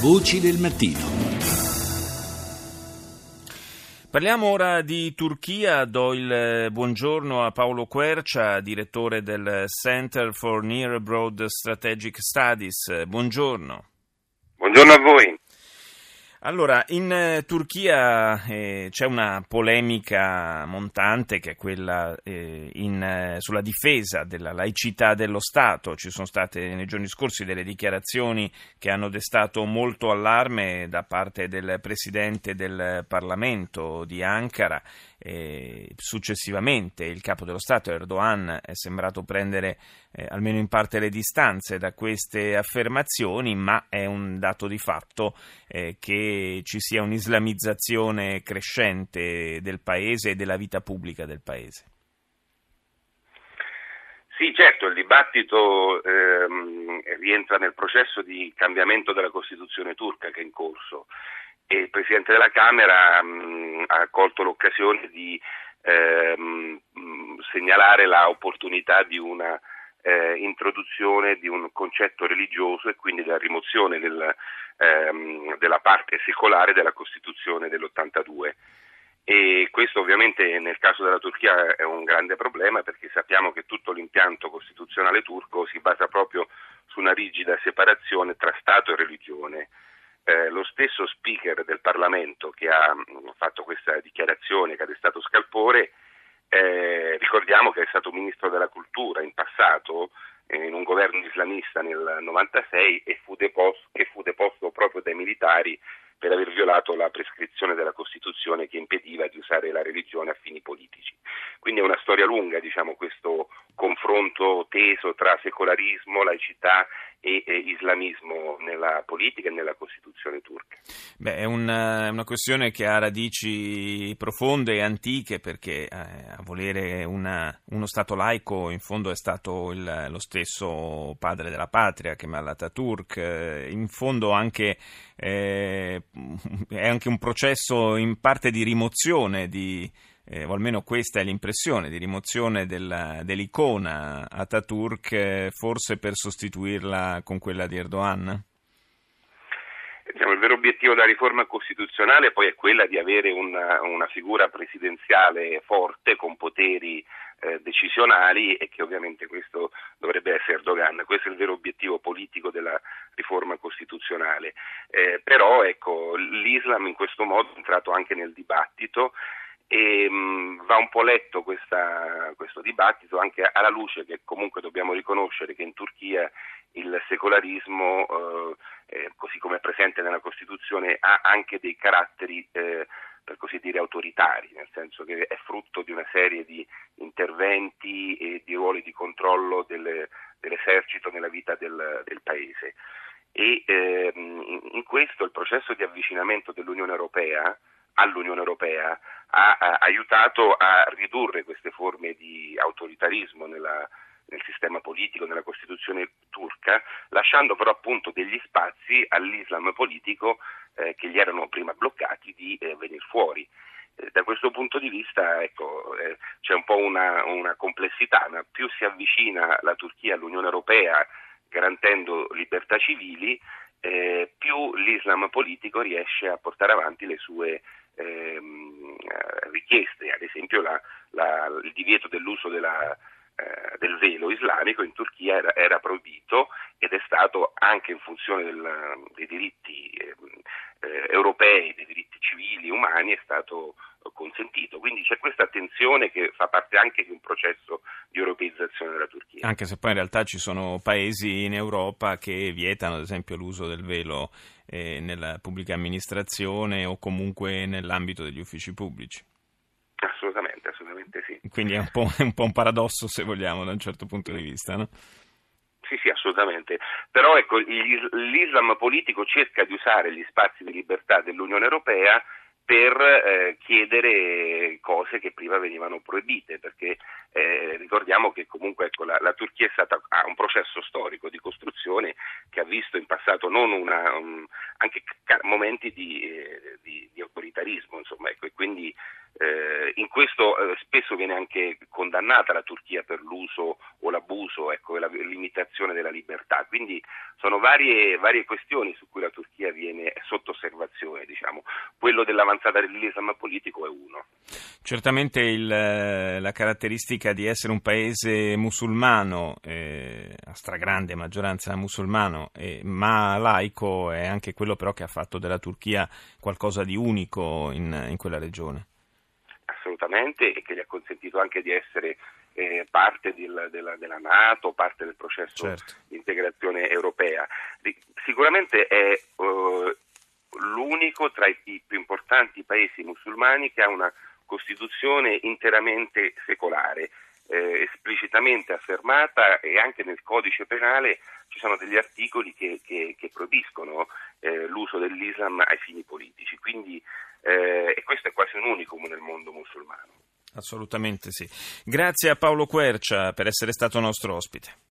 Voci del mattino. Parliamo ora di Turchia. Do il buongiorno a Paolo Quercia, direttore del Center for Near Abroad Strategic Studies. Buongiorno. Buongiorno a voi. Allora, in Turchia c'è una polemica montante che è quella sulla difesa della laicità dello Stato. Ci sono state nei giorni scorsi delle dichiarazioni che hanno destato molto allarme da parte del presidente del Parlamento di Ankara. Successivamente il capo dello Stato Erdogan è sembrato prendere almeno in parte le distanze da queste affermazioni, ma è un dato di fatto che ci sia un'islamizzazione crescente del paese e della vita pubblica del paese. Sì, certo, il dibattito rientra nel processo di cambiamento della Costituzione turca che è in corso. E il Presidente della Camera ha colto l'occasione di segnalare la opportunità di una introduzione di un concetto religioso e quindi della rimozione della parte secolare della Costituzione dell'82. E questo ovviamente nel caso della Turchia è un grande problema, perché sappiamo che tutto l'impianto costituzionale turco si basa proprio su una rigida separazione tra Stato e religione. Lo stesso speaker del Parlamento che ha fatto questa dichiarazione, che ha destato scalpore, ricordiamo che è stato ministro della cultura in passato in un governo islamista nel 96 e fu deposto proprio dai militari per aver violato la prescrizione della Costituzione che impediva di usare la religione a fini politici. Quindi è una storia lunga, questo confronto teso tra secolarismo, laicità e islamismo nella politica e nella Costituzione turca. È una questione che ha radici profonde e antiche, perché a volere uno Stato laico in fondo è stato lo stesso padre della patria, Kemal Atatürk. In fondo è anche un processo in parte di rimozione o almeno questa è l'impressione, di rimozione dell'icona Atatürk, forse per sostituirla con quella di Erdogan? Il vero obiettivo della riforma costituzionale poi è quella di avere una figura presidenziale forte con poteri decisionali, e che ovviamente questo dovrebbe essere Erdogan. Questo è il vero obiettivo politico della riforma costituzionale. Però l'Islam in questo modo è entrato anche nel dibattito. E va un po' letto questo dibattito anche alla luce che comunque dobbiamo riconoscere che in Turchia il secolarismo, così come è presente nella Costituzione, ha anche dei caratteri per così dire autoritari, nel senso che è frutto di una serie di interventi e di ruoli di controllo dell'esercito nella vita del paese. E in questo il processo di avvicinamento all'Unione Europea ha aiutato a ridurre queste forme di autoritarismo nel sistema politico, nella Costituzione turca, lasciando però appunto degli spazi all'Islam politico che gli erano prima bloccati di venire fuori. Da questo punto di vista c'è un po' una complessità, ma più si avvicina la Turchia all'Unione Europea garantendo libertà civili, più l'Islam politico riesce a portare avanti le sue richieste. Ad esempio il divieto dell'uso del velo islamico in Turchia era proibito, ed è stato anche in funzione dei diritti europei, dei diritti civili umani, è stato consentito. Quindi c'è questa tensione che fa parte anche di un processo di europeizzazione della Turchia. Anche se poi in realtà ci sono paesi in Europa che vietano ad esempio l'uso del velo nella pubblica amministrazione o comunque nell'ambito degli uffici pubblici. Assolutamente sì. Quindi è un po' un paradosso, se vogliamo, da un certo punto di vista, no? Sì, assolutamente. Però l'Islam politico cerca di usare gli spazi di libertà dell'Unione Europea per chiedere cose che prima venivano proibite, perché ricordiamo che comunque la Turchia ha un processo storico di costruzione che ha visto in passato anche momenti di autoritarismo, e quindi in questo spesso viene anche condannata la Turchia per l'uso o l'abuso, la limitazione della libertà. Quindi sono varie questioni su cui la Turchia viene diciamo. Quello dell'avanzata dell'Islam politico è uno. Certamente la caratteristica di essere un paese musulmano, a stragrande maggioranza musulmano, ma laico, è anche quello però che ha fatto della Turchia qualcosa di unico in quella regione. Assolutamente, e che gli ha consentito anche di essere parte della NATO, parte del processo di integrazione europea. Sicuramente è l'unico tra i più importanti paesi musulmani che ha una Costituzione interamente secolare, esplicitamente affermata, e anche nel codice penale ci sono degli articoli che proibiscono l'uso dell'Islam ai fini politici, quindi e questo è quasi un unicum nel mondo musulmano. Assolutamente sì. Grazie a Paolo Quercia per essere stato nostro ospite.